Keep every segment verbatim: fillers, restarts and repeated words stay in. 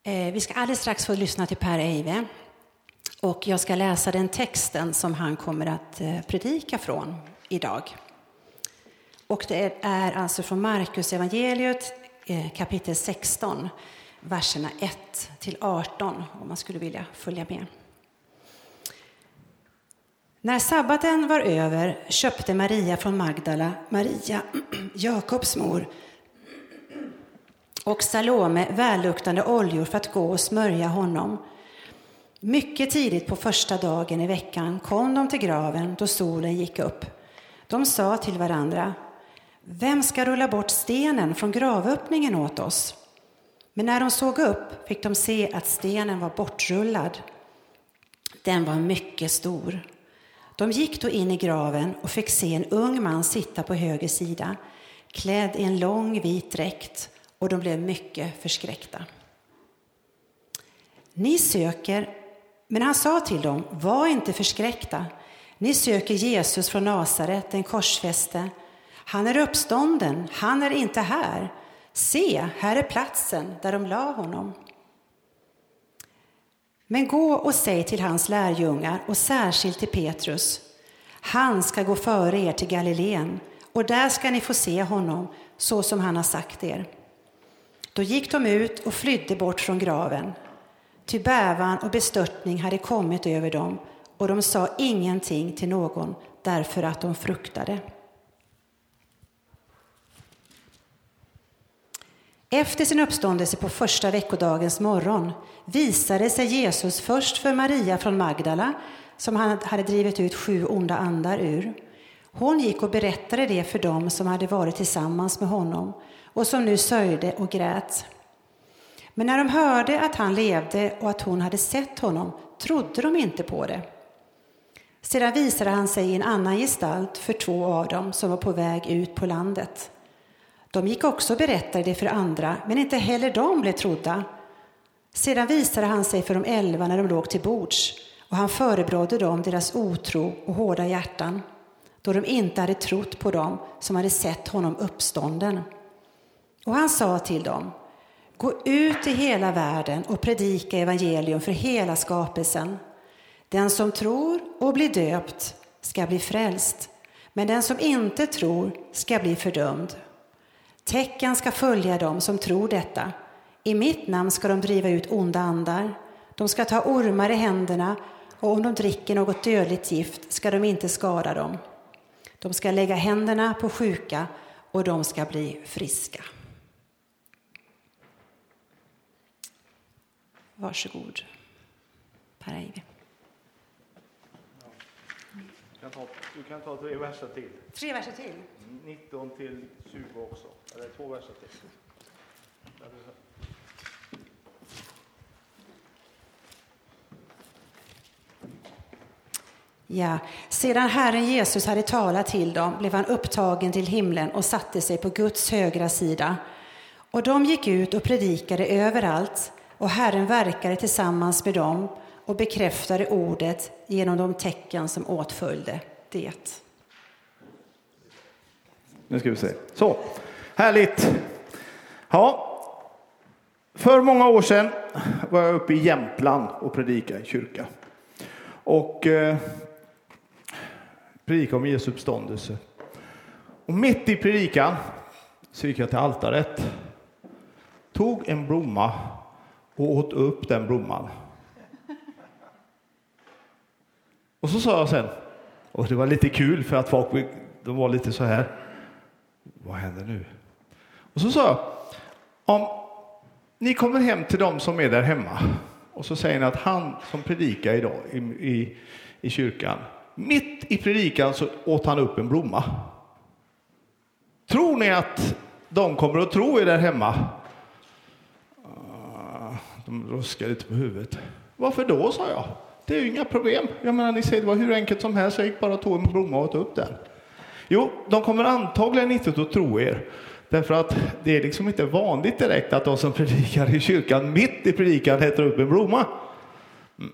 Vi ska alldeles strax få lyssna till Per Eive. Och jag ska läsa den texten som han kommer att predika från idag. Och det är alltså från Markus evangeliet kapitel sexton, verserna ett till arton, om man skulle vilja följa med. När sabbaten var över köpte Maria från Magdala, Maria, Jakobs mor, och Salome välluktande oljor för att gå och smörja honom. Mycket tidigt på första dagen i veckan kom de till graven då solen gick upp. De sa till varandra: vem ska rulla bort stenen från gravöppningen åt oss? Men när de såg upp fick de se att stenen var bortrullad. Den var mycket stor. De gick då in i graven och fick se en ung man sitta på höger sida, klädd i en lång vit dräkt, och de blev mycket förskräckta. Ni söker, men han sa till dem: var inte förskräckta. Ni söker Jesus från Nasaret, den korsfäste. Han är uppstånden, han är inte här. Se, här är platsen där de la honom. Men gå och säg till hans lärjungar, och särskilt till Petrus: han ska gå före er till Galileen, och där ska ni få se honom så som han har sagt er. Då gick de ut och flydde bort från graven. Ty bävan och bestörtning hade kommit över dem, och de sa ingenting till någon därför att de fruktade. Efter sin uppståndelse på första veckodagens morgon visade sig Jesus först för Maria från Magdala, som han hade drivit ut sju onda andar ur. Hon gick och berättade det för dem som hade varit tillsammans med honom och som nu sörjde och grät. Men när de hörde att han levde och att hon hade sett honom trodde de inte på det. Sedan visade han sig i en annan gestalt för två av dem som var på väg ut på landet. De gick också och berättade det för andra, men inte heller de blev trodda. Sedan visade han sig för de elva när de låg till bords, och han förebrådde dem deras otro och hårda hjärtan, då de inte hade trott på dem som hade sett honom uppstånden. Och han sa till dem: gå ut i hela världen och predika evangelium för hela skapelsen. Den som tror och blir döpt ska bli frälst, men den som inte tror ska bli fördömd. Tecken ska följa dem som tror detta. I mitt namn ska de driva ut onda andar. De ska ta ormar i händerna, och om de dricker något dödligt gift ska de inte skada dem. De ska lägga händerna på sjuka, och de ska bli friska. Varsågod, Per Eive. Du kan ta, du kan ta tre verser till. Tre verser till? nitton till tjugo också. Eller två verser till. Ja, sedan Herren Jesus hade talat till dem blev han upptagen till himlen och satte sig på Guds högra sida. Och de gick ut och predikade överallt, och Herren verkade tillsammans med dem och bekräftade ordet genom de tecken som åtföljde det. Nu ska vi se. Så, härligt. Ja, för många år sedan var jag uppe i Jämtland och predikade i kyrka. Och eh, predikade om Jesu uppståndelse. Och mitt i predikan så gick jag till altaret. Tog en blomma och åt upp den blomman. Och så sa jag sen, och det var lite kul för att folk, de var lite så här: vad händer nu? Och så sa jag: om ni kommer hem till dem som är där hemma, och så säger ni att han som predikar idag i, i, i kyrkan, mitt i predikan så åt han upp en blomma. Tror ni att de kommer att tro er där hemma? De ruskade lite på huvudet. Varför då, sa jag. Det är ju inga problem. Jag menar, ni säger det var hur enkelt som helst. Jag gick bara och tog en blomma och åt upp den. Jo, de kommer antagligen inte att tro er. Därför att det är liksom inte vanligt direkt att de som predikar i kyrkan mitt i predikan äter upp en blomma. Mm.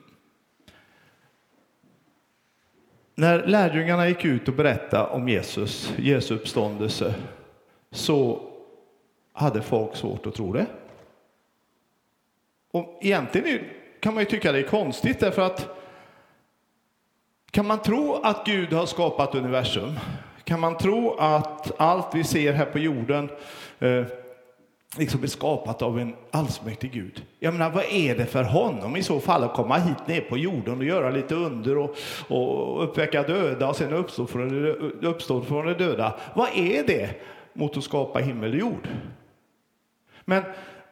När lärjungarna gick ut och berättade om Jesus, Jesu uppståndelse, så hade folk svårt att tro det. Och egentligen kan man ju tycka det är konstigt, därför att kan man tro att Gud har skapat universum? Kan man tro att allt vi ser här på jorden eh, liksom är skapat av en allsmäktig Gud? Jag menar, vad är det för honom i så fall att komma hit ner på jorden och göra lite under och, och uppväcka döda och sen uppstå från, uppstå från de döda? Vad är det mot att skapa himmel och jord? Men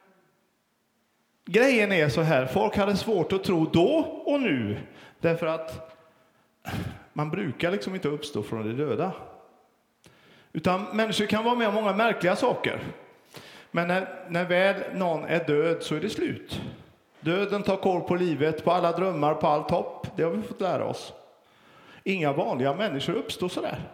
grejen är så här, folk hade svårt att tro då och nu, därför att man brukar liksom inte uppstå från de döda. Utan människor kan vara med om många märkliga saker. Men när, när väl någon är död så är det slut. Döden tar koll på livet, på alla drömmar, på allt hopp. Det har vi fått lära oss. Inga vanliga människor uppstår så där.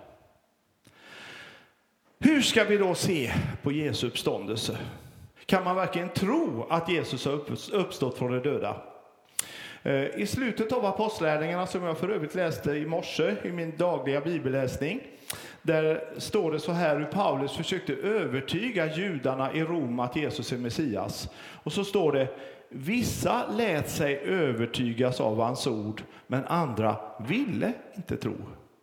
Hur ska vi då se på Jesu uppståndelse? Kan man verkligen tro att Jesus har uppstått från de döda? I slutet av apostlärningarna, som jag för övrigt läste i morse i min dagliga bibelläsning, där står det så här hur Paulus försökte övertyga judarna i Rom att Jesus är Messias. Och så står det: vissa lät sig övertygas av hans ord, men andra ville inte tro.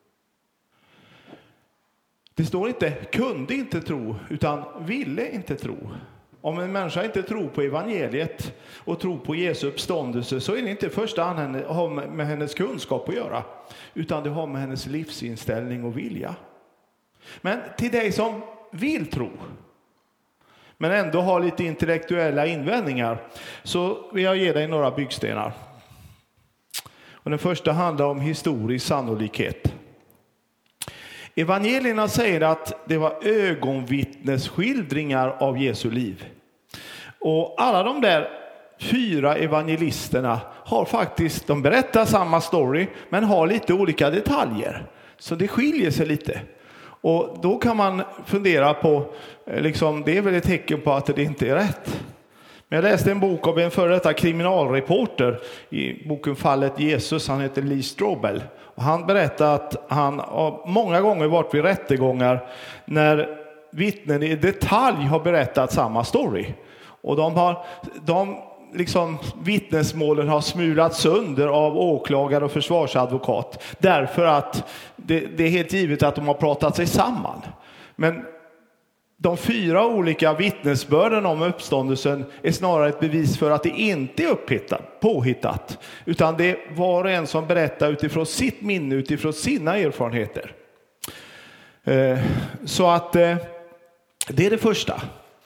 Det står inte kunde inte tro, utan ville inte tro. Om en människa inte tror på evangeliet och tror på Jesu uppståndelse, så är det inte i första hand har med hennes kunskap att göra, utan det har med hennes livsinställning och vilja. Men till dig som vill tro, men ändå har lite intellektuella invändningar, så vill jag ge dig några byggstenar. Och den första handlar om historisk sannolikhet. Evangelierna säger att det var ögonvittnesskildringar av Jesu liv. Och alla de där fyra evangelisterna har faktiskt, de berättar samma story, men har lite olika detaljer. Så det skiljer sig lite. Och då kan man fundera på, liksom, det är väl ett tecken på att det inte är rätt. Men jag läste en bok av en före detta kriminalreporter i boken Fallet Jesus. Han heter Lee Strobel. Och han berättar att han har många gånger varit vid rättegångar när vittnen i detalj har berättat samma story. Och de har, de liksom, vittnesmålen har smulats sönder av åklagare och försvarsadvokat. Därför att det, det är helt givet att de har pratat sig samman. Men de fyra olika vittnesbörden om uppståndelsen är snarare ett bevis för att det inte är upphittat, påhittat. Utan det är var och en som berättar utifrån sitt minne, utifrån sina erfarenheter. Eh, så att eh, det är det första.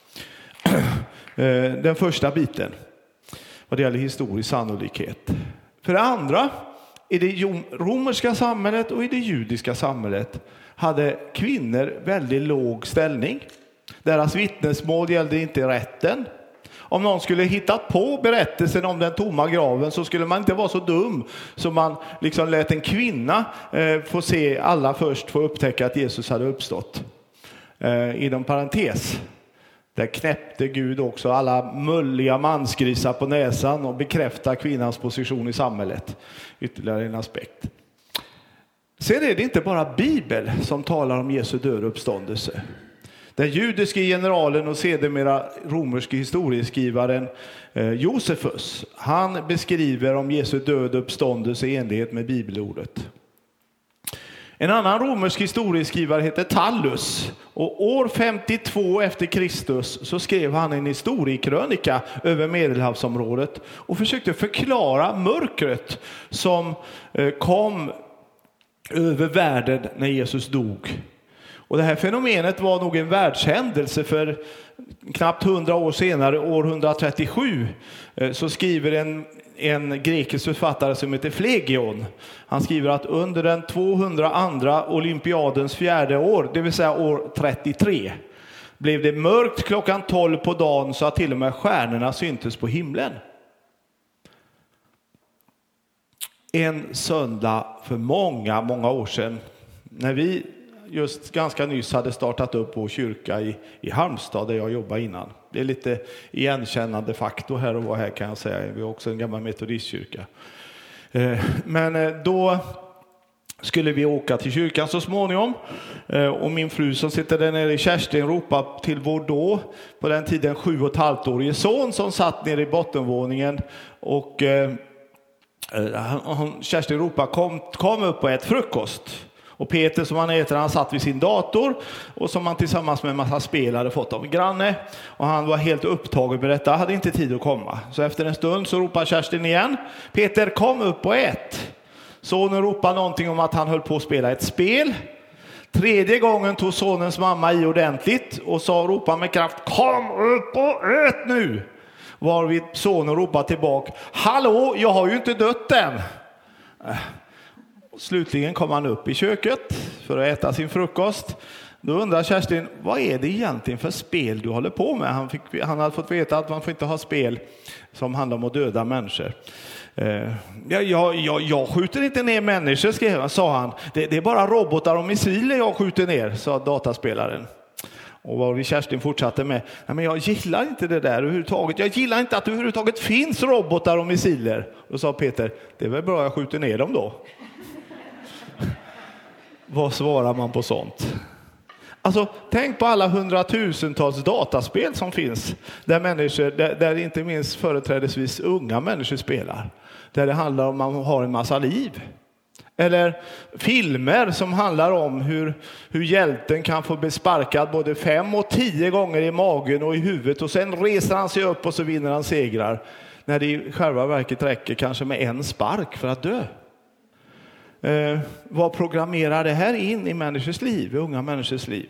eh, den första biten. Vad det gäller historisk sannolikhet. För det andra, i det romerska samhället och i det judiska samhället hade kvinnor väldigt låg ställning. Deras vittnesmål gällde inte i rätten. Om någon skulle hittat på berättelsen om den tomma graven, så skulle man inte vara så dum som man liksom lät en kvinna eh, få se alla först, få upptäcka att Jesus hade uppstått. Eh, inom parentes. Där knäppte Gud också alla mulliga mansgrisar på näsan och bekräftade kvinnans position i samhället. Ytterligare en aspekt. Sen är det inte bara Bibeln som talar om Jesu död och uppståndelse. Den judiske generalen och sedermera romerske historieskrivaren eh, Josefus, han beskriver om Jesu död och uppståndelse i enlighet med bibelordet. En annan romersk historieskrivare heter Tallus, och år femtiotvå efter Kristus så skrev han en historiekrönika över Medelhavsområdet och försökte förklara mörkret som eh, kom över världen när Jesus dog. Och det här fenomenet var nog en världshändelse, för knappt hundra år senare, år etthundratrettiosju, så skriver en, en grekisk författare som heter Flegion. Han skriver att under den tvåhundraandra olympiadens fjärde år, det vill säga år trettiotre, blev det mörkt klockan tolv på dagen så att till och med stjärnorna syntes på himlen. En söndag för många, många år sedan, när vi just ganska nyss hade startat upp vår kyrka i, i Halmstad där jag jobbade innan. Det är lite igenkännande faktor här och var här, kan jag säga. Vi har också en gammal metodistkyrka. Eh, men då skulle vi åka till kyrkan så småningom. Och min fru som sitter där nere i Kerstin ropade till vår då, på den tiden sju och ett halvt årige son som satt nere i bottenvåningen. Och eh, han, Kerstin ropade, kom, kom upp och ät frukost. Och Peter som han heter, han satt vid sin dator och som han tillsammans med en massa spel hade fått av en granne. Och han var helt upptagen med detta, hade inte tid att komma. Så efter en stund så ropade Kerstin igen, Peter kom upp och ät. Sonen ropade någonting om att han höll på att spela ett spel. Tredje gången tog sonens mamma i ordentligt och sa, ropa med kraft, kom upp och ät nu. Varvid sonen ropade tillbaka, hallå, jag har ju inte dött än. Slutligen kom han upp i köket för att äta sin frukost. Då undrar Kerstin, vad är det egentligen för spel du håller på med? Han, fick, han hade fått veta att man får inte ha spel som handlar om att döda människor. Uh, ja, ja, ja, jag skjuter inte ner människor, skrev, sa han. Det, det är bara robotar och missiler jag skjuter ner, sa dataspelaren. Och vad vi Kerstin fortsatte med, nej, men jag gillar inte det där överhuvudtaget. Jag gillar inte att det överhuvudtaget finns robotar och missiler. Då sa Peter, det är väl bra jag skjuter ner dem då. Vad svarar man på sånt? Alltså, tänk på alla hundratusentals dataspel som finns där människor, där, där inte minst företrädesvis unga människor spelar. Där det handlar om att man har en massa liv. Eller filmer som handlar om hur, hur hjälten kan få bli sparkad både fem och tio gånger i magen och i huvudet. Och sen reser han sig upp och så vinner han segrar. När det i själva verket räcker kanske med en spark för att dö. Eh, vad programmerar det här in i människors liv, i unga människors liv?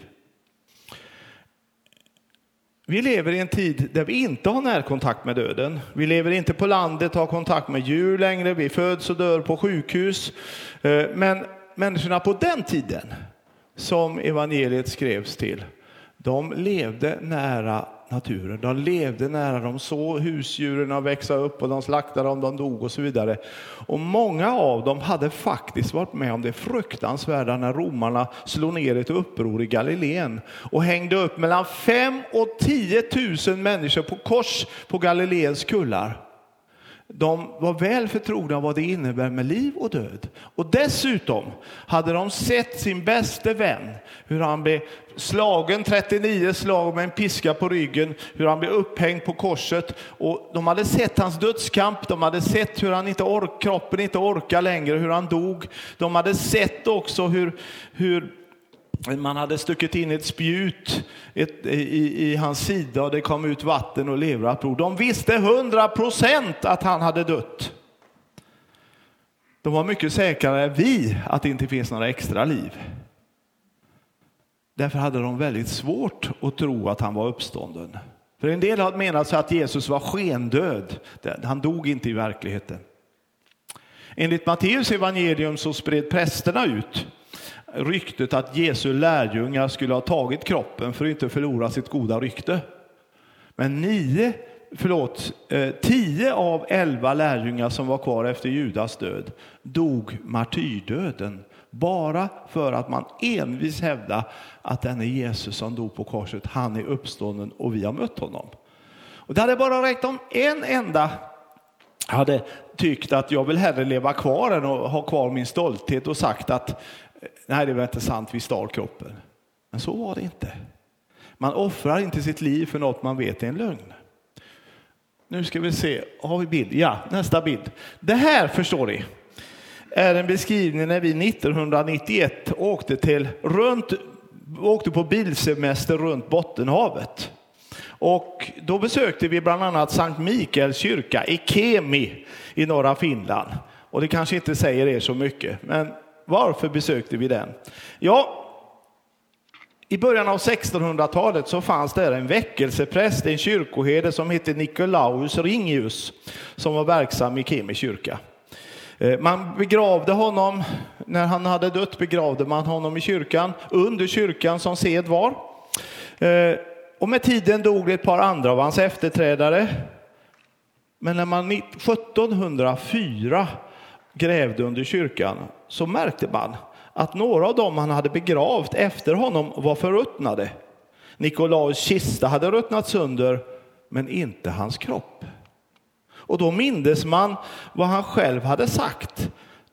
Vi lever i en tid där vi inte har närkontakt med döden. Vi lever inte på landet och har kontakt med djur längre. Vi föds och dör på sjukhus. Eh, men människorna på den tiden som evangeliet skrevs till, de levde nära naturen. De levde nära, de såg husdjuren växa upp och de slaktade dem, de dog och så vidare. Och många av dem hade faktiskt varit med om det fruktansvärda när romarna slog ner ett uppror i Galileen och hängde upp mellan fem och tio tusen människor på kors på Galileens kullar. De var väl förtrogna vad det innebär med liv och död. Och dessutom hade de sett sin bäste vän, hur han blev slagen trettionio slag med en piska på ryggen, hur han blev upphängd på korset. Och de hade sett hans dödskamp, de hade sett hur han inte ork, kroppen inte orkar längre, hur han dog. De hade sett också hur, hur man hade stuckit in ett spjut ett, i, i hans sida och det kom ut vatten och leverblod. De visste hundra procent att han hade dött. De var mycket säkrare än vi att det inte finns några extra liv. Därför hade de väldigt svårt att tro att han var uppstånden. För en del hade menat sig att Jesus var skendöd. Han dog inte i verkligheten. Enligt Matteus evangelium så spred prästerna ut ryktet att Jesu lärjungar skulle ha tagit kroppen för att inte förlora sitt goda rykte. Men nio, förlåt, eh, tio av elva lärjungar som var kvar efter Judas död dog martyrdöden. Bara för att man envis hävdar att den är Jesus som dog på korset. Han är uppstånden och vi har mött honom. Och det hade bara räckt om en enda hade tyckt att jag vill hellre leva kvar än att ha kvar min stolthet och sagt att nej, det var inte sant, vi stal kroppen. Men så var det inte. Man offrar inte sitt liv för något man vet är en lögn. Nu ska vi se, har vi bild? Ja, nästa bild. Det här, förstår ni, är en beskrivning när vi nittonhundranittioett åkte till runt åkte på bilsemester runt Bottenhavet. Och då besökte vi bland annat Sankt Mikaels kyrka i Kemi i norra Finland. Och det kanske inte säger er så mycket, men varför besökte vi den? Ja, i början av sextonhundratalet så fanns det en väckelsepräst, en kyrkoherde som hette Nikolaus Ringius, som var verksam i Kemi kyrka. Man begravde honom, när han hade dött begravde man honom i kyrkan, under kyrkan som sed var. Och med tiden dog det ett par andra av hans efterträdare. Men när man sjuttonhundrafyra grävde under kyrkan så märkte man att några av dem han hade begravt efter honom var förruttnade. Nikolaus kista hade ruttnat sönder, men inte hans kropp. Och då mindes man vad han själv hade sagt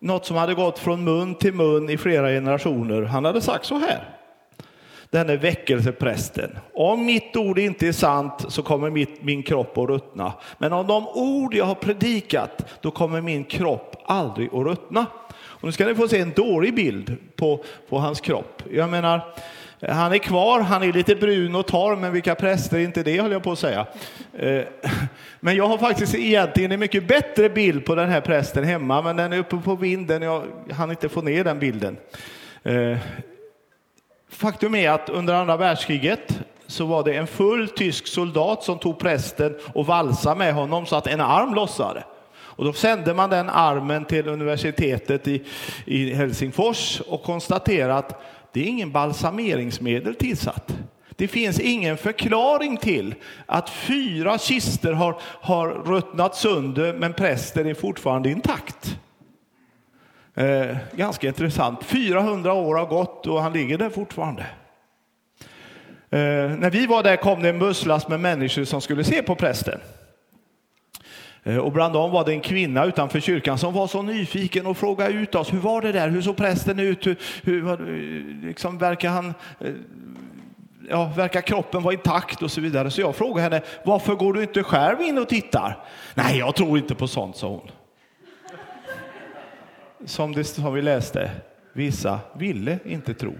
något som hade gått från mun till mun i flera generationer. Han hade sagt så här. Denne väckelseprästen. Om mitt ord inte är sant så kommer mitt, min kropp att ruttna. Men om de ord jag har predikat, då kommer min kropp aldrig att ruttna. Och nu ska ni få se en dålig bild på, på hans kropp. Jag menar, han är kvar, han är lite brun och torr, men vilka präster är inte det, håller jag på att säga. Men jag har faktiskt egentligen en mycket bättre bild på den här prästen hemma, men den är uppe på vinden, jag hann inte få ner den bilden. Faktum är att under andra världskriget så var det en full tysk soldat som tog prästen och valsade med honom så att en arm lossade. Och då sände man den armen till universitetet i, i Helsingfors och konstaterade att det är ingen balsameringsmedel tillsatt. Det finns ingen förklaring till att fyra kister har, har ruttnat sönder men prästen är fortfarande intakt. Eh, ganska intressant. fyrahundra år har gått och han ligger där fortfarande. Eh, när vi var där kom det en busslast med människor som skulle se på prästen. Eh, och bland dem var det en kvinna utanför kyrkan som var så nyfiken och frågade ut oss. Hur var det där? Hur såg prästen ut? Hur, hur liksom, verkar han... Eh, Ja, verkar kroppen vara intakt och så vidare. Så jag frågade henne, varför går du inte själv in och tittar? Nej, jag tror inte på sånt, sa hon. Som det som vi läste, vissa ville inte tro.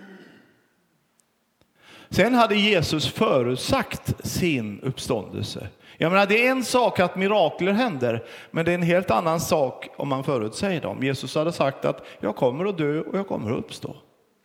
Sen hade Jesus förutsagt sin uppståndelse. Jag menar, det är en sak att mirakler händer, men det är en helt annan sak om man förutsäger dem. Jesus hade sagt att jag kommer att dö och jag kommer att uppstå.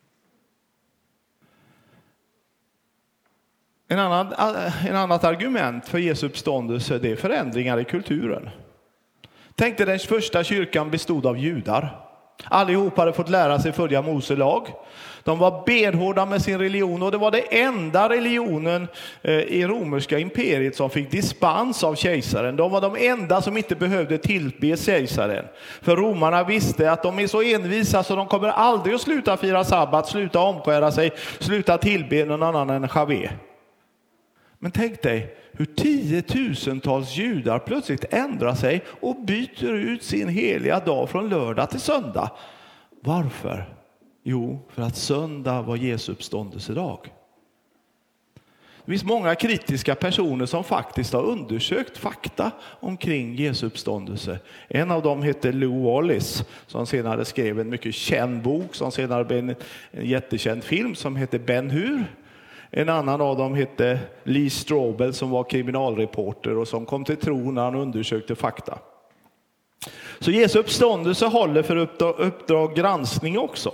En annan, en annat argument för Jesu uppståndelse, det är förändringar i kulturen. Tänk dig, den första kyrkan bestod av judar. Allihop hade fått lära sig följa Mose lag. De var benhårda med sin religion och det var det enda religionen i romerska imperiet som fick dispens av kejsaren. De var de enda som inte behövde tillbe kejsaren. För romarna visste att de är så envisa så de kommer aldrig att sluta fira sabbat, sluta omskära sig, sluta tillbe någon annan än Javé. Men tänk dig hur tiotusentals judar plötsligt ändrar sig och byter ut sin heliga dag från lördag till söndag. Varför? Jo, för att söndag var Jesu uppståndelsedag. Det finns många kritiska personer som faktiskt har undersökt fakta omkring Jesu uppståndelse. En av dem heter Lou Wallace som senare skrev en mycket känd bok som senare blev en, en jättekänd film som heter Ben Hur. En annan av dem hette Lee Strobel som var kriminalreporter och som kom till tro när han undersökte fakta. Så Jesu uppståndelse håller för uppdrag, uppdrag granskning också.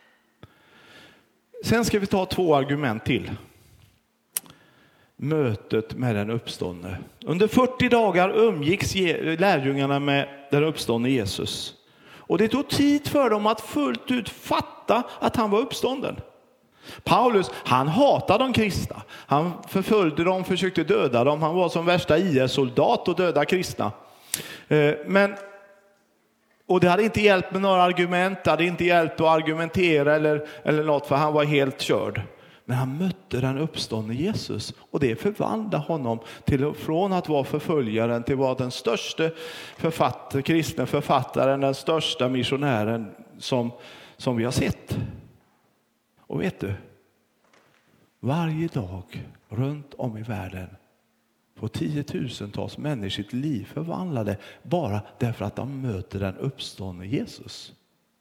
Sen ska vi ta två argument till. Mötet med den uppståndne. Under fyrtio dagar umgicks lärjungarna med den uppståndne Jesus. Och det tog tid för dem att fullt ut fatta att han var uppstånden. Paulus, han hatade de kristna. Han förföljde dem, försökte döda dem. Han var som värsta I S-soldat och döda kristna. Men, och det hade inte hjälpt med några argument. Det hade inte hjälpt att argumentera eller, eller något, för han var helt körd. Men han mötte den uppståndne Jesus. Och det förvandlade honom till, från att vara förföljaren till att vara den största författare, kristna författaren, den största missionären som, som vi har sett. Och vet du, varje dag runt om i världen får tiotusentals människor sitt liv förvandlade bara därför att de möter den uppståndne Jesus.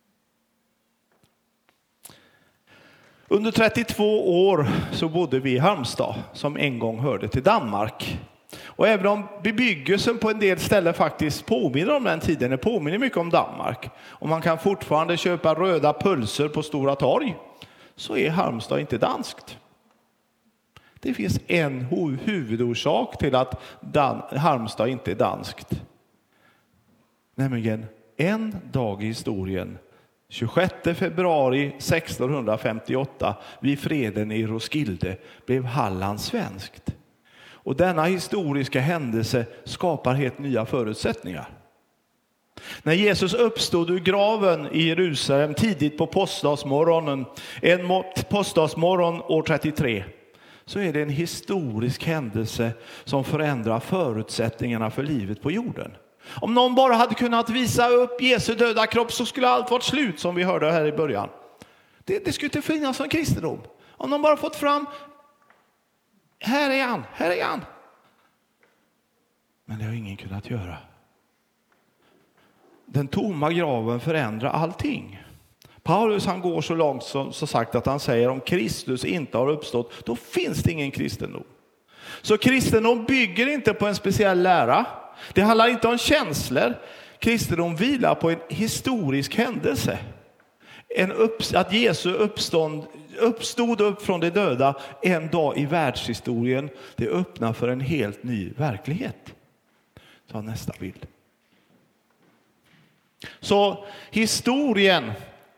Under trettiotvå år så bodde vi i Halmstad som en gång hörde till Danmark. Och även om bebyggelsen på en del ställen faktiskt påminner om den tiden, det påminner mycket om Danmark. Och man kan fortfarande köpa röda pulser på Stora torg, så är Halmstad inte danskt. Det finns en huvudorsak till att Dan- Halmstad inte är danskt. Nämligen en dag i historien, tjugosjätte februari sextonhundrafemtioåtta, vid freden i Roskilde, blev Halland svenskt. Och denna historiska händelse skapar helt nya förutsättningar. När Jesus uppstod ur graven i Jerusalem tidigt på påskdagsmorgonen, en påskdagsmorgon år trettiotre, så är det en historisk händelse som förändrar förutsättningarna för livet på jorden. Om någon bara hade kunnat visa upp Jesu döda kropp så skulle allt varit slut, som vi hörde här i början. Det, det skulle inte finnas någon kristendom. Om någon bara fått fram, här är han, här är han. Men det har ingen kunnat göra. Den tomma graven förändrar allting. Paulus han går så långt som så sagt att han säger om Kristus inte har uppstått, då finns det ingen kristendom. Så kristendom bygger inte på en speciell lära. Det handlar inte om känslor. Kristendom vilar på en historisk händelse. En upp, att Jesus uppstånd, uppstod upp från de döda en dag i världshistorien. Det öppnar för en helt ny verklighet. Ta nästa bild. Så historien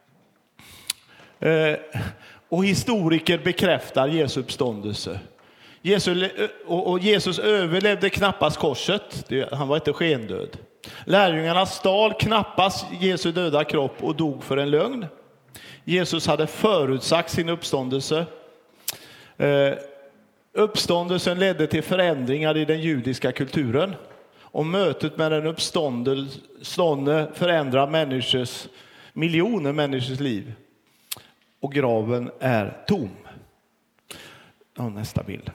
eh, och historiker bekräftar Jesu uppståndelse. Jesus, och, och Jesus överlevde knappast korset. Det, han var inte skendöd. Lärjungarna stal knappast Jesu döda kropp och dog för en lögn. Jesus hade förutsagt sin uppståndelse. Eh, uppståndelsen ledde till förändringar i den judiska kulturen. Och mötet med den uppståndne förändrar människors, miljoner människors liv. Och graven är tom. Ja, nästa bild.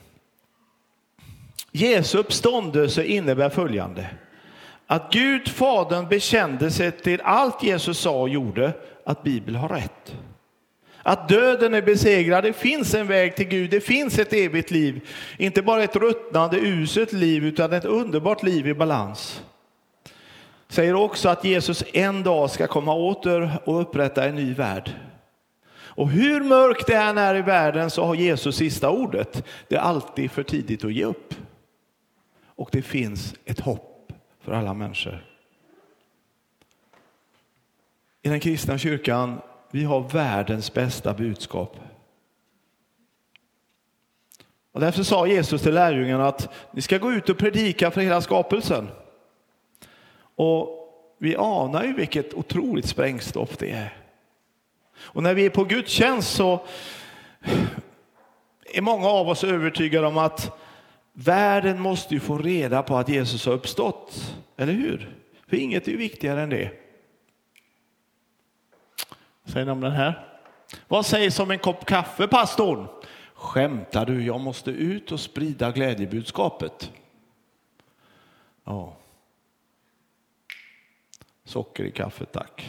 Jesu uppståndelse innebär följande. Att Gud, Fadern, bekände sig till allt Jesus sa och gjorde, att Bibeln har rätt. Att döden är besegrad, det finns en väg till Gud, det finns ett evigt liv. Inte bara ett ruttnande, uselt liv, utan ett underbart liv i balans. Säger också att Jesus en dag ska komma åter och upprätta en ny värld. Och hur mörkt det än är i världen så har Jesus sista ordet. Det är alltid för tidigt att ge upp. Och det finns ett hopp för alla människor. I den kristna kyrkan, vi har världens bästa budskap. Och därför sa Jesus till lärjungarna att ni ska gå ut och predika för hela skapelsen. Och vi anar ju vilket otroligt sprängstoff det är. Och när vi är på gudstjänst så är många av oss övertygade om att världen måste ju få reda på att Jesus har uppstått. Eller hur? För inget är ju viktigare än det. Säger ni om den här? Vad sägs om en kopp kaffe, pastorn? Skämtar du? Jag måste ut och sprida glädjebudskapet. Ja. Socker i kaffet, tack.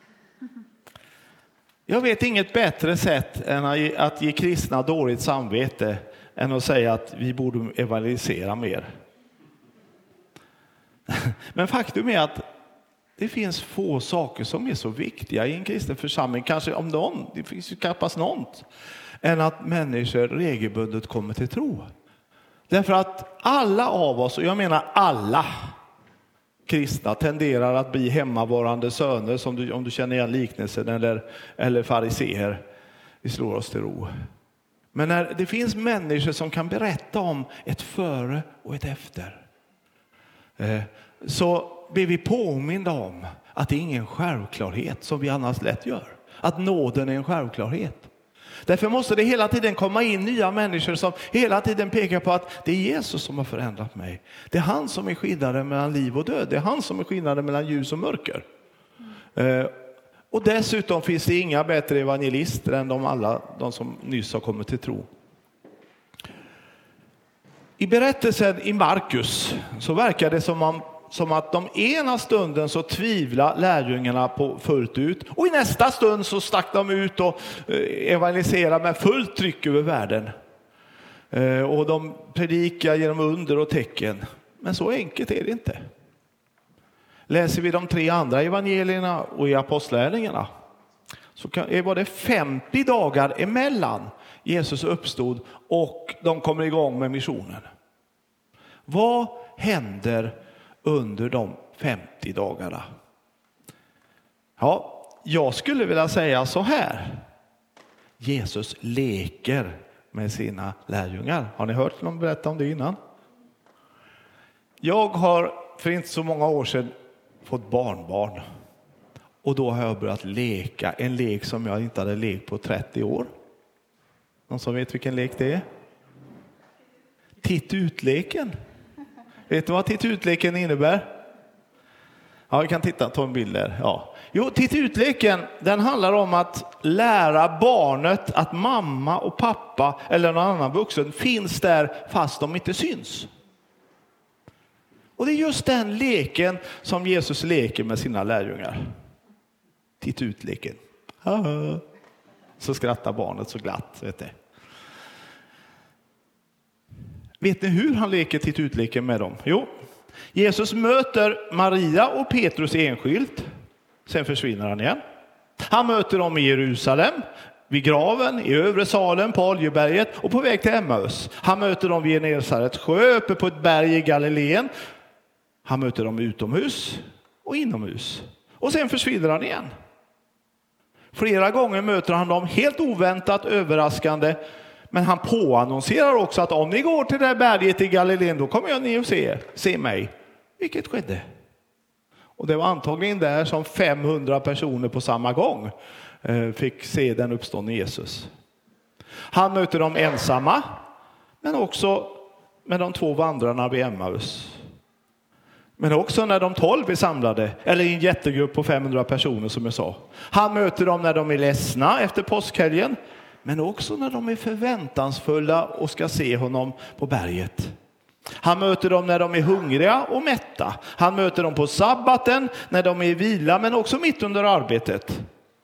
Jag vet inget bättre sätt än att ge kristna dåligt samvete än att säga att vi borde evangelisera mer. Men faktum är att det finns få saker som är så viktiga i en kristen församling, kanske om någon, det finns ju knappast något, än att människor regelbundet kommer till tro. Därför att alla av oss, och jag menar alla kristna, tenderar att bli hemmavarande söner, som du, om du känner igen liknelsen, eller, eller fariseer. Vi slår oss till ro. Men när det finns människor som kan berätta om ett före och ett efter, eh, så blir vi påminda om att det är ingen självklarhet som vi annars lätt gör. Att nåden är en självklarhet. Därför måste det hela tiden komma in nya människor som hela tiden pekar på att det är Jesus som har förändrat mig. Det är han som är skillnaden mellan liv och död. Det är han som är skillnaden mellan ljus och mörker. Mm. Och dessutom finns det inga bättre evangelister än de alla de som nyss har kommit till tro. I berättelsen i Markus så verkar det som om Som att de ena stunden så tvivlar lärjungarna på fullt ut. Och i nästa stund så stack de ut och evangeliserar med fullt tryck över världen. Och de predikar genom under och tecken. Men så enkelt är det inte. Läser vi de tre andra evangelierna och i apostlärningarna så var det femtio dagar emellan Jesus uppstod och de kommer igång med missionen. Vad händer under de femtio dagarna? Ja, jag skulle vilja säga så här. Jesus leker med sina lärjungar. Har ni hört någon berätta om det innan? Jag har för inte så många år sedan fått barnbarn. Och då har jag börjat leka. En lek som jag inte hade lekt på trettio år. Någon som vet vilken lek det är? Titt-ut-leken. Vet du vad titt-ut-leken innebär? Ja, vi kan titta, ta en bild där. Ja. Jo, titta utleken, den handlar om att lära barnet att mamma och pappa eller någon annan vuxen finns där fast de inte syns. Och det är just den leken som Jesus leker med sina lärjungar. Titta utleken. Så skrattar barnet så glatt, vet du. Vet ni hur han leker titta utleken med dem? Jo, Jesus möter Maria och Petrus enskilt. Sen försvinner han igen. Han möter dem i Jerusalem, vid graven, i övre salen, på Oljeberget och på väg till Emmaus. Han möter dem vid Genesarets sjö, uppe på ett berg i Galileen. Han möter dem utomhus och inomhus. Och sen försvinner han igen. Flera gånger möter han dem helt oväntat, överraskande. Men han påannonserar också att om ni går till det här berget i Galileen, då kommer jag ni att se, se mig. Vilket skedde. Och det var antagligen där som femhundra personer på samma gång fick se den uppståndne Jesus. Han möter dem ensamma, men också med de två vandrarna vid Emmaus. Men också när de tolv är samlade, eller i en jättegrupp på femhundra personer som jag sa. Han möter dem när de är ledsna efter påskhelgen, men också när de är förväntansfulla och ska se honom på berget. Han möter dem när de är hungriga och mätta. Han möter dem på sabbaten när de är i vila, men också mitt under arbetet.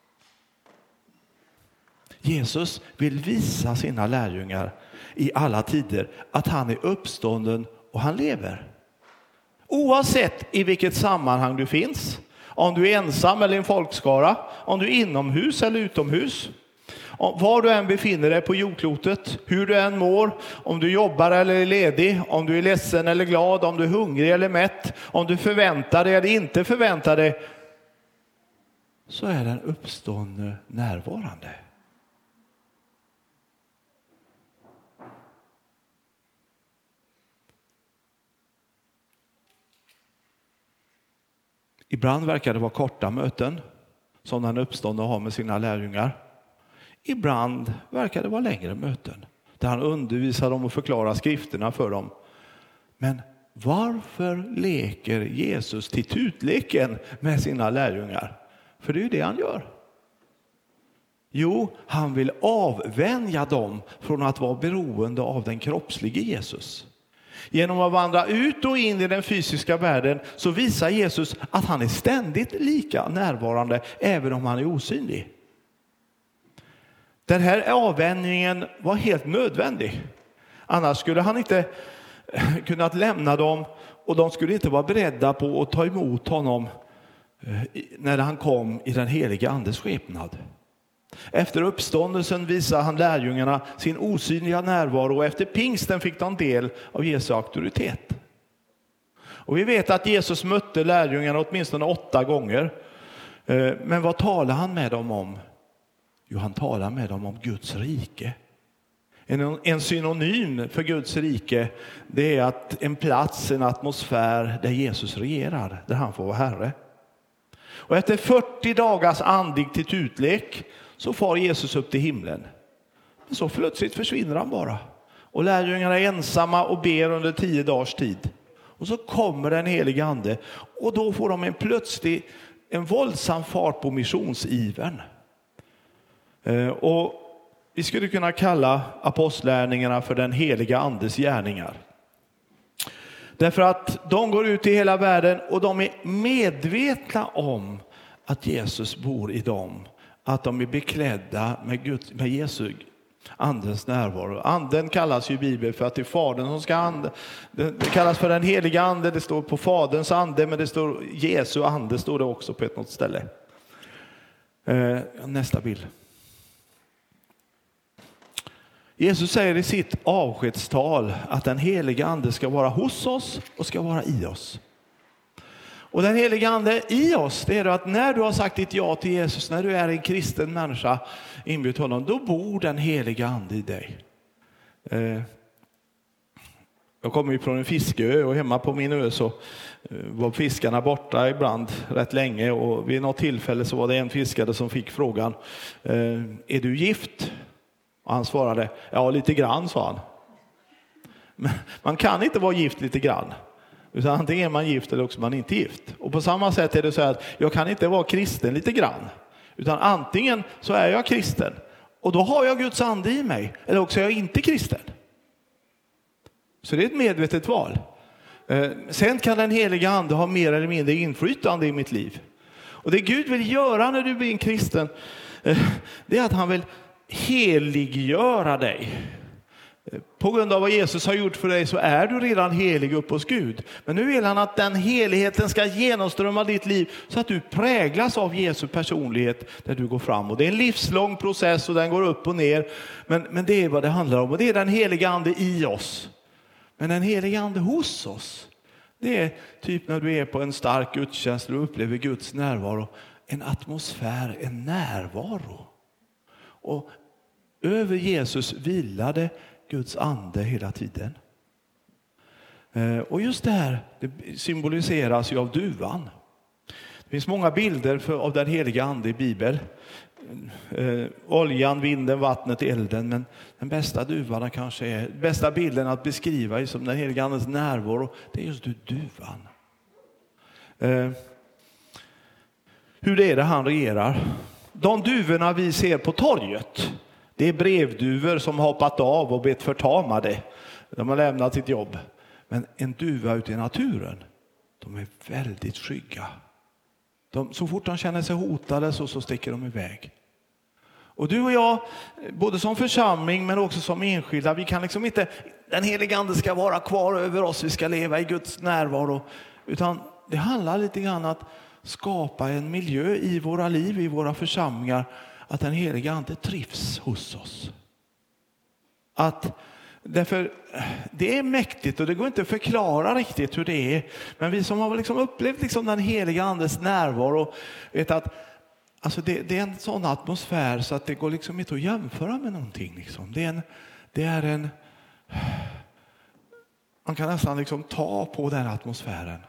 Jesus vill visa sina lärjungar i alla tider att han är uppstånden och han lever. Oavsett i vilket sammanhang du finns, om du är ensam eller i en folkskara, om du är inomhus eller utomhus, var du än befinner dig på jordklotet, hur du än mår, om du jobbar eller är ledig, om du är ledsen eller glad, om du är hungrig eller mätt, om du förväntar dig eller inte förväntar dig, så är den uppståndne närvarande. Ibland verkar det vara korta möten som den uppståndne har med sina lärjungar. Ibland verkar det vara längre möten där han undervisar dem och förklarar skrifterna för dem. Men varför leker Jesus titutleken med sina lärjungar? För det är ju det han gör. Jo, han vill avvänja dem från att vara beroende av den kroppslige Jesus. Genom att vandra ut och in i den fysiska världen så visar Jesus att han är ständigt lika närvarande även om han är osynlig. Den här avvänjningen var helt nödvändig. Annars skulle han inte kunnat lämna dem och de skulle inte vara beredda på att ta emot honom när han kom i den heliga andes skepnad. Efter uppståndelsen visade han lärjungarna sin osynliga närvaro och efter pingsten fick de del av Jesu auktoritet. Och vi vet att Jesus mötte lärjungarna åtminstone åtta gånger. Men vad talade han med dem om? Jo, han talar med dem om Guds rike. En, en synonym för Guds rike, det är att en plats, en atmosfär där Jesus regerar, där han får vara herre. Och efter fyrtio dagars andlig titutlek så far Jesus upp till himlen. Men så plötsligt försvinner han bara. Och lärjungarna är ensamma och ber under tio dagars tid. Och så kommer den heliga ande och då får de en plötslig, en våldsam fart på missionsivern. Och vi skulle kunna kalla apostlärningarna för den heliga andes gärningar. Därför att de går ut i hela världen och de är medvetna om att Jesus bor i dem. Att de är beklädda med, Gud, med Jesu andens närvaro. Anden kallas ju i Bibeln för att det är fadern som ska ande. Det kallas för den heliga ande, det står på faderns ande, men det står Jesu ande står det också på ett något ställe. Eh, nästa bild. Jesus säger i sitt avskedstal att den heliga ande ska vara hos oss och ska vara i oss. Och den heliga ande i oss, det är att när du har sagt ditt ja till Jesus, när du är en kristen människa, inbjud honom, då bor den heliga ande i dig. Eh, jag kommer ju från en fiskeö och hemma på min ö så var fiskarna borta ibland rätt länge och vid något tillfälle så var det en fiskare som fick frågan, eh, är du gift? Och han svarade, ja lite grann, sa han. Men man kan inte vara gift lite grann. Utan antingen är man gift eller också är man inte gift. Och på samma sätt är det så att jag kan inte vara kristen lite grann. Utan antingen så är jag kristen. Och då har jag Guds ande i mig. Eller också är jag inte kristen. Så det är ett medvetet val. Eh, sen kan den heliga ande ha mer eller mindre inflytande i mitt liv. Och det Gud vill göra när du blir en kristen, eh, det är att han vill heliggöra dig. På grund av vad Jesus har gjort för dig så är du redan helig upp hos Gud. Men nu vill han att den heligheten ska genomströmma ditt liv så att du präglas av Jesu personlighet där du går fram. Och det är en livslång process och den går upp och ner. Men, men det är vad det handlar om. Och det är den heliga ande i oss. Men den heliga ande hos oss, det är typ när du är på en stark gudstjänst och upplever Guds närvaro. En atmosfär, en närvaro. Och över Jesus vilade Guds ande hela tiden. Och just det här det symboliseras ju av duvan. Det finns många bilder för, av den heliga ande i Bibeln. Eh, oljan, vinden, vattnet, elden. Men den bästa duvan kanske är, bästa bilden att beskriva som den heliga andens närvaro, det är just duvan. Eh, hur det är det han regerar. De duvorna vi ser på torget, det är brevduvor som har hoppat av och blivit förtamade. De har lämnat sitt jobb. Men en duva ute i naturen, de är väldigt skygga. De, så fort de känner sig hotade så, så sticker de iväg. Och du och jag, både som församling men också som enskilda, vi kan liksom inte, den heliga ande ska vara kvar över oss, vi ska leva i Guds närvaro. Utan det handlar lite grann om att skapa en miljö i våra liv, i våra församlingar, att den heliga ande trivs hos oss. Att, därför det är mäktigt och det går inte att förklara riktigt hur det är. Men vi som har liksom upplevt liksom den heliga andes närvaro vet att alltså det, det är en sån atmosfär så att det går liksom inte att jämföra med någonting. Liksom. Det, är en, det är en... Man kan nästan liksom ta på den atmosfären.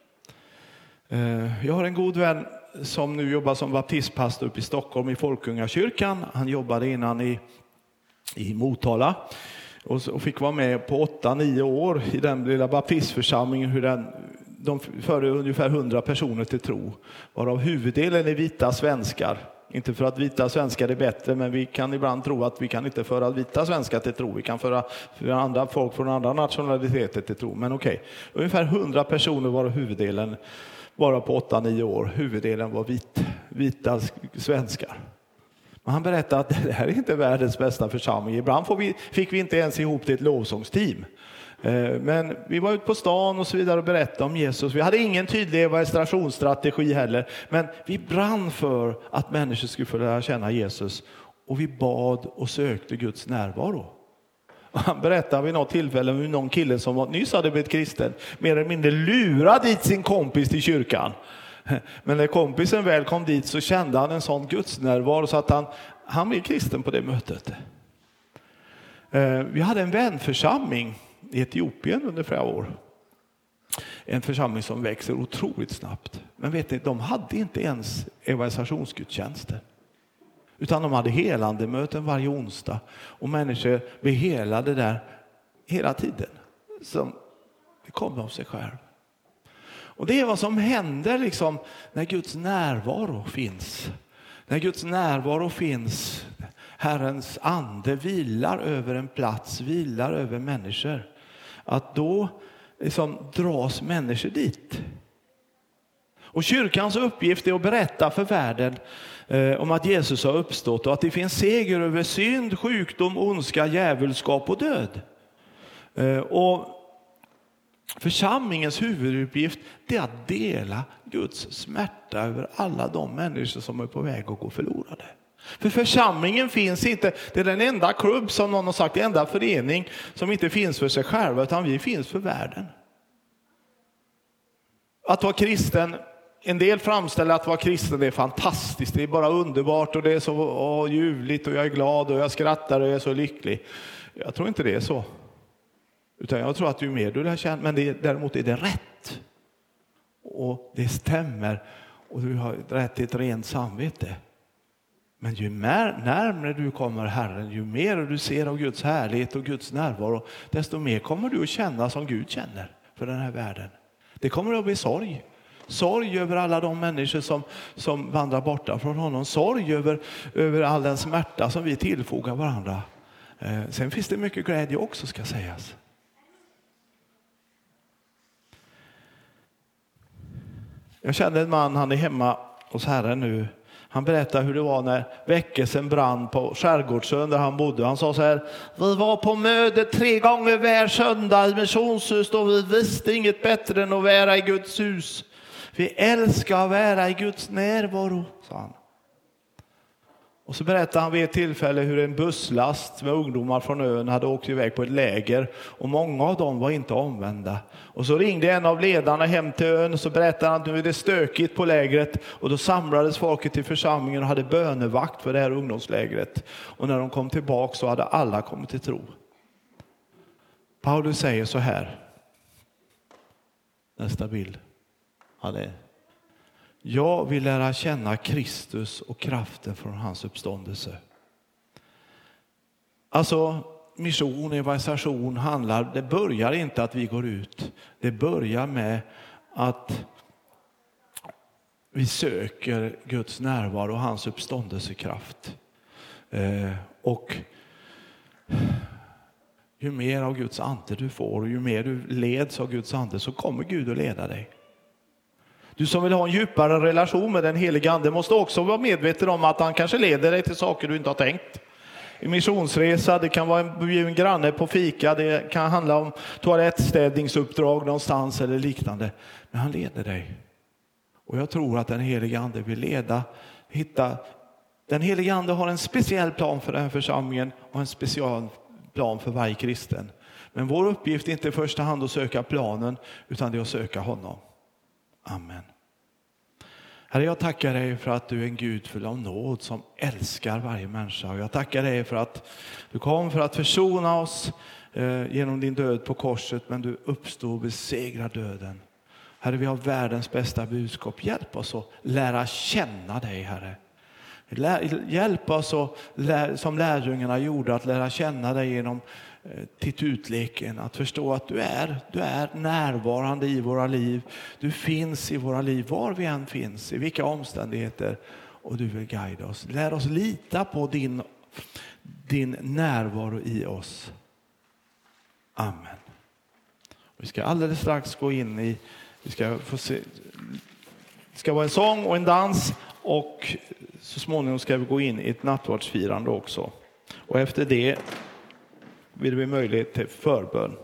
Jag har en god vän som nu jobbar som baptistpastor uppe i Stockholm i Folkungakyrkan. Han jobbade innan i, i Motala och, och fick vara med på åtta, nio år i den lilla baptistförsamlingen. Hur den, de förde ungefär hundra personer till tro, varav huvuddelen är vita svenskar. Inte för att vita svenskar är bättre, men vi kan ibland tro att vi kan inte föra vita svenskar till tro. Vi kan föra, föra andra folk från andra nationaliteter till tro. Men okej, okay. Ungefär hundra personer var huvuddelen. Bara på åtta, nio år. Huvuddelen var vit, vita svenskar. Men han berättade att det här är inte världens bästa församling. Ibland får vi, fick vi inte ens ihop till ett lovsångsteam. Men vi var ute på stan och så vidare och berättade om Jesus. Vi hade ingen tydlig evangelisationsstrategi heller. Men vi brann för att människor skulle få lära känna Jesus. Och vi bad och sökte Guds närvaro. Han berättade vid något tillfälle om någon kille som nyss hade blivit kristen mer eller mindre lurade dit sin kompis till kyrkan. Men när kompisen väl kom dit så kände han en sån gudsnärvaro så att han, han blev kristen på det mötet. Vi hade en vänförsamling i Etiopien under flera år. En församling som växer otroligt snabbt. Men vet ni, de hade inte ens evangelisationsgudstjänster. Utan de hade helande möten varje onsdag. Och människor blev helade där hela tiden. Som det kom av sig själv. Och det är vad som händer liksom när Guds närvaro finns. När Guds närvaro finns. Herrens ande vilar över en plats. Vilar över människor. Att då liksom dras människor dit. Och kyrkans uppgift är att berätta för världen eh, om att Jesus har uppstått och att det finns seger över synd, sjukdom, ondska, djävulskap och död. Eh, och församlingens huvuduppgift är att dela Guds smärta över alla de människor som är på väg att gå förlorade. För församlingen finns inte, det är den enda klubb som någon har sagt, den enda förening som inte finns för sig själva utan vi finns för världen. Att vara kristen, en del framställer att vara kristen det är fantastiskt, det är bara underbart och det är så åh, ljuvligt och jag är glad och jag skrattar och jag är så lycklig. Jag tror inte det är så. Utan jag tror att ju mer du lär känna, men det, däremot är det rätt. Och det stämmer och du har rätt till ett rent samvete. Men ju mer, närmare du kommer Herren, ju mer du ser av Guds härlighet och Guds närvaro, desto mer kommer du att känna som Gud känner för den här världen. Det kommer att bli sorg. Sorg över alla de människor som, som vandrar borta från honom. Sorg över, över all den smärta som vi tillfogar varandra. Eh, sen finns det mycket glädje också, ska sägas. Jag kände en man, han är hemma hos Herren nu. Han berättade hur det var när väckelsen brann på Skärgårdsön där han bodde. Han sa så här: vi var på möte tre gånger var söndag i missionshus och vi visste inget bättre än att vara i Guds hus. Vi älskar att vara i Guds närvaro, sa han. Och så berättade han vid ett tillfälle hur en busslast med ungdomar från ön hade åkt iväg på ett läger. Och många av dem var inte omvända. Och så ringde en av ledarna hem till ön och så berättade han att nu är det stökigt på lägret. Och då samlades folket till församlingen och hade bönevakt för det här ungdomslägret. Och när de kom tillbaka så hade alla kommit till tro. Paulus säger så här. Nästa bild. Han är... Jag vill lära känna Kristus och kraften från hans uppståndelse. Alltså mission, evangelisation handlar, det börjar inte att vi går ut. Det börjar med att vi söker Guds närvaro och hans uppståndelsekraft. Eh, och ju mer av Guds ande du får och ju mer du leds av Guds ande så kommer Gud att leda dig. Du som vill ha en djupare relation med den helige ande måste också vara medveten om att han kanske leder dig till saker du inte har tänkt. En missionsresa, det kan vara en, en granne på fika, det kan handla om toalettstädningsuppdrag någonstans eller liknande. Men han leder dig. Och jag tror att den helige ande vill leda, hitta. Den helige ande har en speciell plan för den här församlingen och en speciell plan för varje kristen. Men vår uppgift är inte i första hand att söka planen utan det är att söka honom. Amen. Herre, jag tackar dig för att du är en Gud full av nåd som älskar varje människa. Och jag tackar dig för att du kom för att försona oss eh, genom din död på korset. Men du uppstod och besegrar döden. Herre, vi har världens bästa budskap. Hjälp oss att lära känna dig, Herre. Lär, hjälp oss att, lär, som lärjungarna gjorde, att lära känna dig genom titutleken, att förstå att du är, du är närvarande i våra liv. Du finns i våra liv var vi än finns, i vilka omständigheter, och du vill guida oss. Lär oss lita på din, din närvaro i oss. Amen. Vi ska alldeles strax gå in i, vi ska få se, det ska vara en sång och en dans och så småningom ska vi gå in i ett nattvardsfirande också. Och efter det vill det bli möjlighet till förbön.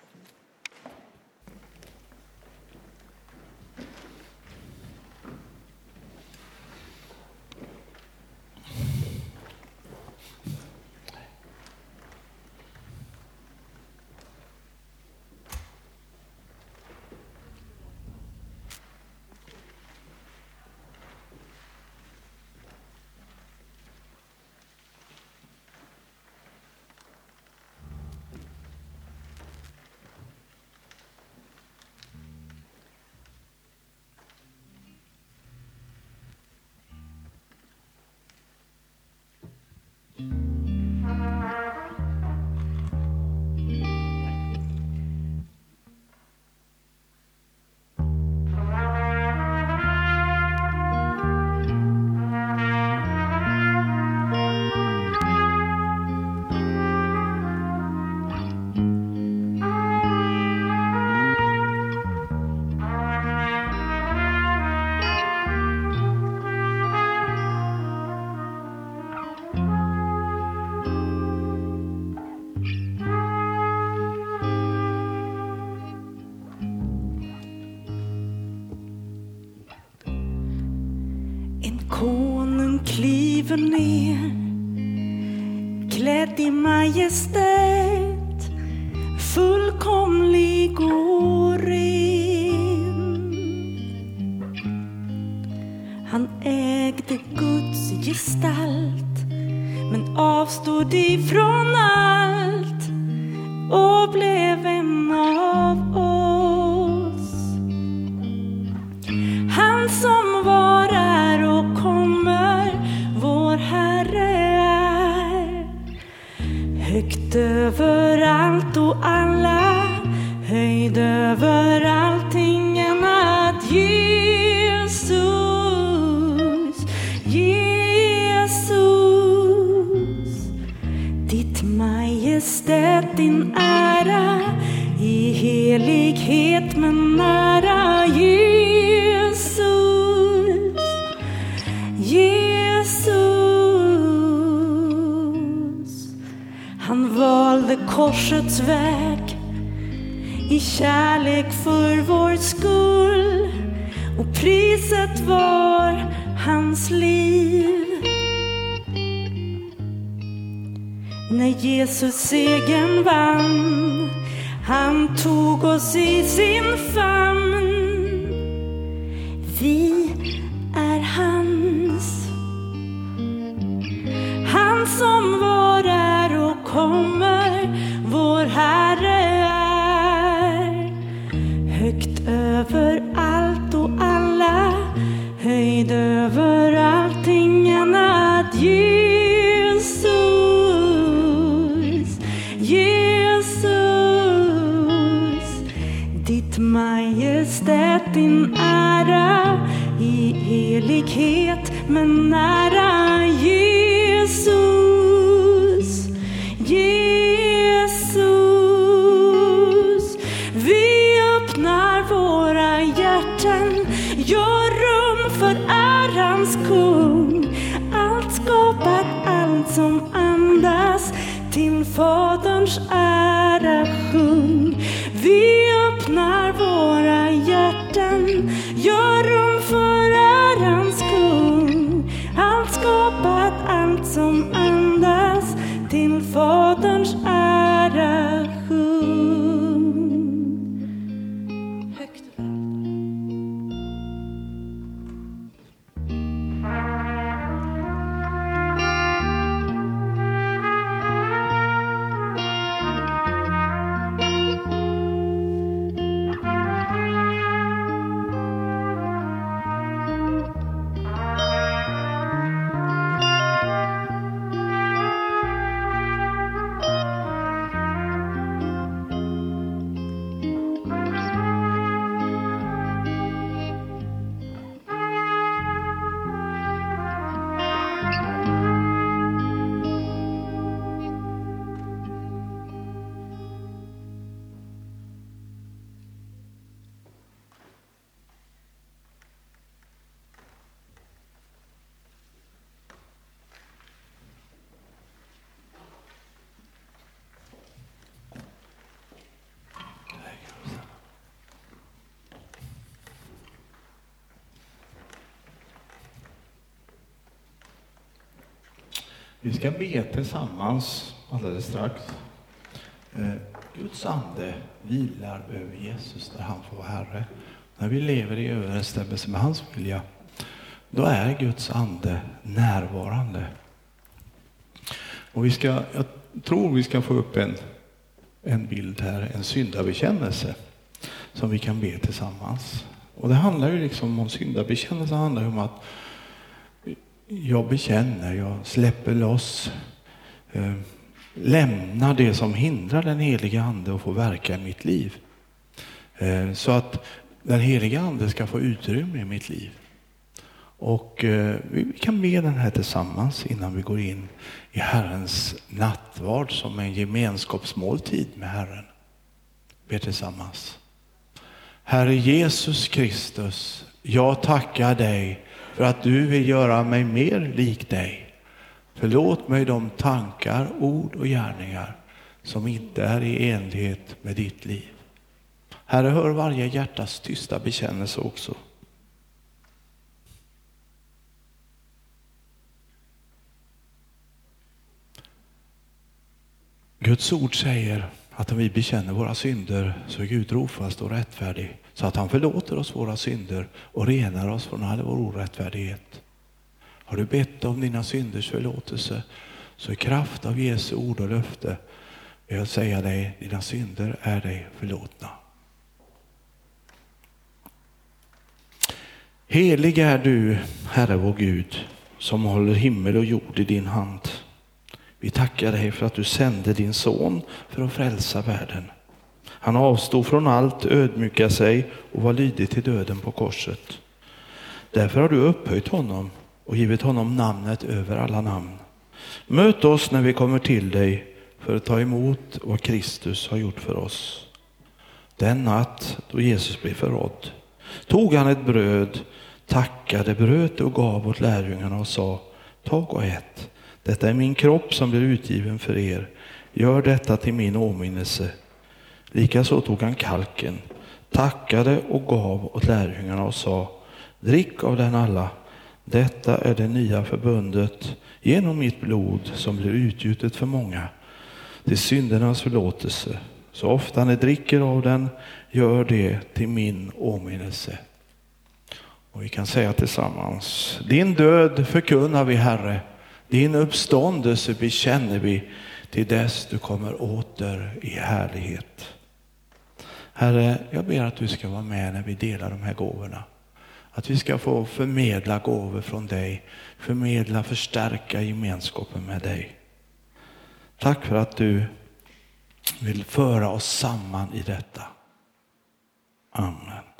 Konung kliver ner, klädd i majestät, fullkomlig och ren. Han ägde Guds gestalt, men avstod ifrån allt och blev en av oss. Han som var är och kommer, vår Herre är. Högt över allt och alla, höjd över allting, en Jesus, Jesus. Ditt majestät, din ära i helighet men nära. Jesus, Jesus. Han valde korsets väg i kärlek för vår skull, och priset var hans liv. När Jesus segern vann, han tog oss i sin famn. Vi är hans, han som var, är och kommer, vår Herre är. Högt över allt och alla, höjd över allting annat. Jesus, Jesus. Ditt majestät, din ära i helighet men nära. Jesus, Jesus. Vi öppnar våra hjärtan, gör rum för ärans kung. Allt skapat, allt som andas, till Faderns ära sjung. Vi öppnar våra hjärtan, gör rum för ärans kung. Allt skapat, allt som andas, till Faderns ära sjung. Högt över allt. Vi ska be tillsammans alldeles strax. Eh, Guds ande vilar över Jesus när han får vara Herre. När vi lever i överensstämmelse med hans vilja, då är Guds ande närvarande. Och vi ska, jag tror vi ska få upp en, en bild här, en syndabekännelse som vi kan be tillsammans. Och det handlar ju liksom om syndabekännelse, handlar ju om att jag bekänner, jag släpper loss, eh, lämnar det som hindrar den heliga ande att få verka i mitt liv. Eh, så att den heliga ande ska få utrymme i mitt liv. Och eh, vi kan be den här tillsammans innan vi går in i Herrens nattvard som en gemenskapsmåltid med Herren. Be tillsammans. Herre Jesus Kristus, jag tackar dig för att du vill göra mig mer lik dig. Förlåt mig de tankar, ord och gärningar som inte är i enlighet med ditt liv. Herre, hör varje hjärtas tysta bekännelse också. Guds ord säger att om vi bekänner våra synder så är Gud trofast och rättfärdig, så att han förlåter oss våra synder och renar oss från all vår orättfärdighet. Har du bett om dina synders förlåtelse, så i kraft av Jesu ord och löfte vill jag säga dig, dina synder är dig förlåtna. Helig är du, Herre vår Gud, som håller himmel och jord i din hand. Vi tackar dig för att du sände din son för att frälsa världen. Han avstod från allt, ödmjuka sig och var lydig till döden på korset. Därför har du upphöjt honom och givit honom namnet över alla namn. Möt oss när vi kommer till dig för att ta emot vad Kristus har gjort för oss. Den natt då Jesus blev förrådd tog han ett bröd, tackade, bröt och gav åt lärjungarna och sa: tag och ät. Detta är min kropp som blir utgiven för er. Gör detta till min åminnelse. Likaså tog han kalken, tackade och gav åt lärjungarna och sa: drick av den alla. Detta är det nya förbundet genom mitt blod som blir utgjutet för många till syndernas förlåtelse. Så ofta ni dricker av den, gör det till min åminnelse. Och vi kan säga tillsammans: din död förkunnar vi, Herre. Din uppståndelse bekänner vi till dess du kommer åter i härlighet. Herre, jag ber att du ska vara med när vi delar de här gåvorna. Att vi ska få förmedla gåvor från dig. Förmedla, förstärka gemenskapen med dig. Tack för att du vill föra oss samman i detta. Amen.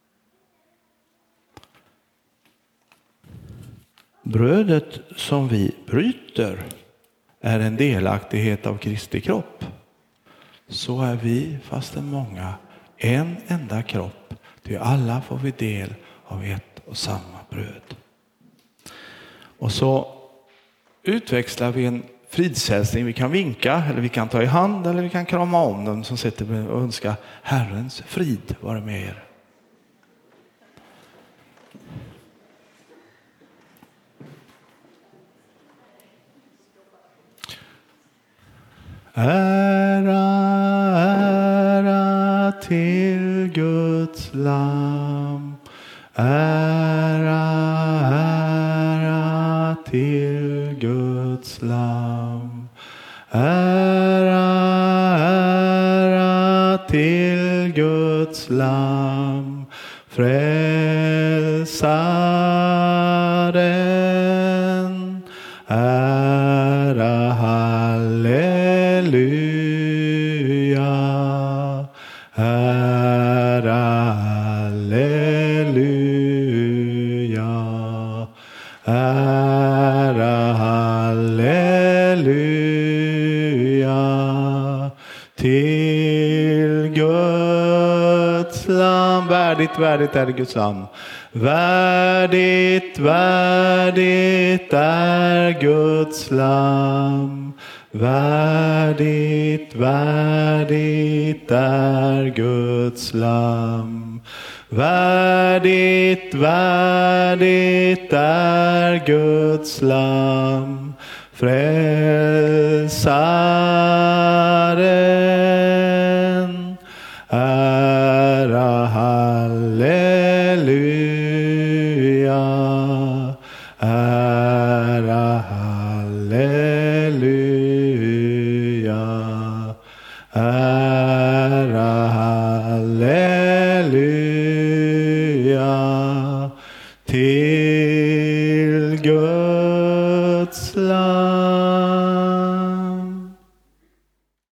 Brödet som vi bryter är en delaktighet av Kristi kropp. Så är vi, fastän många, en enda kropp. Till alla får vi del av ett och samma bröd. Och så utväxlar vi en fridshälsning. Vi kan vinka, eller vi kan ta i hand, eller vi kan krama om dem som sitter och önskar Herrens frid vara med er. Ära, ära till Guds lam. Ära, ära till Guds lam. Ära, ära till Guds lam. Frälsaren. Ära, halleluja. Ära, halleluja. Ära, halleluja. Till Guds lam. Värdigt, värdigt är Guds lam. Värdigt, värdigt är Guds lam. Värdigt, värdigt är Guds lam. Värdigt, värdigt är Guds lam. Frälsaren. Ära, halleluja. Ära, halleluja. Ära, halleluja. Till Guds lam.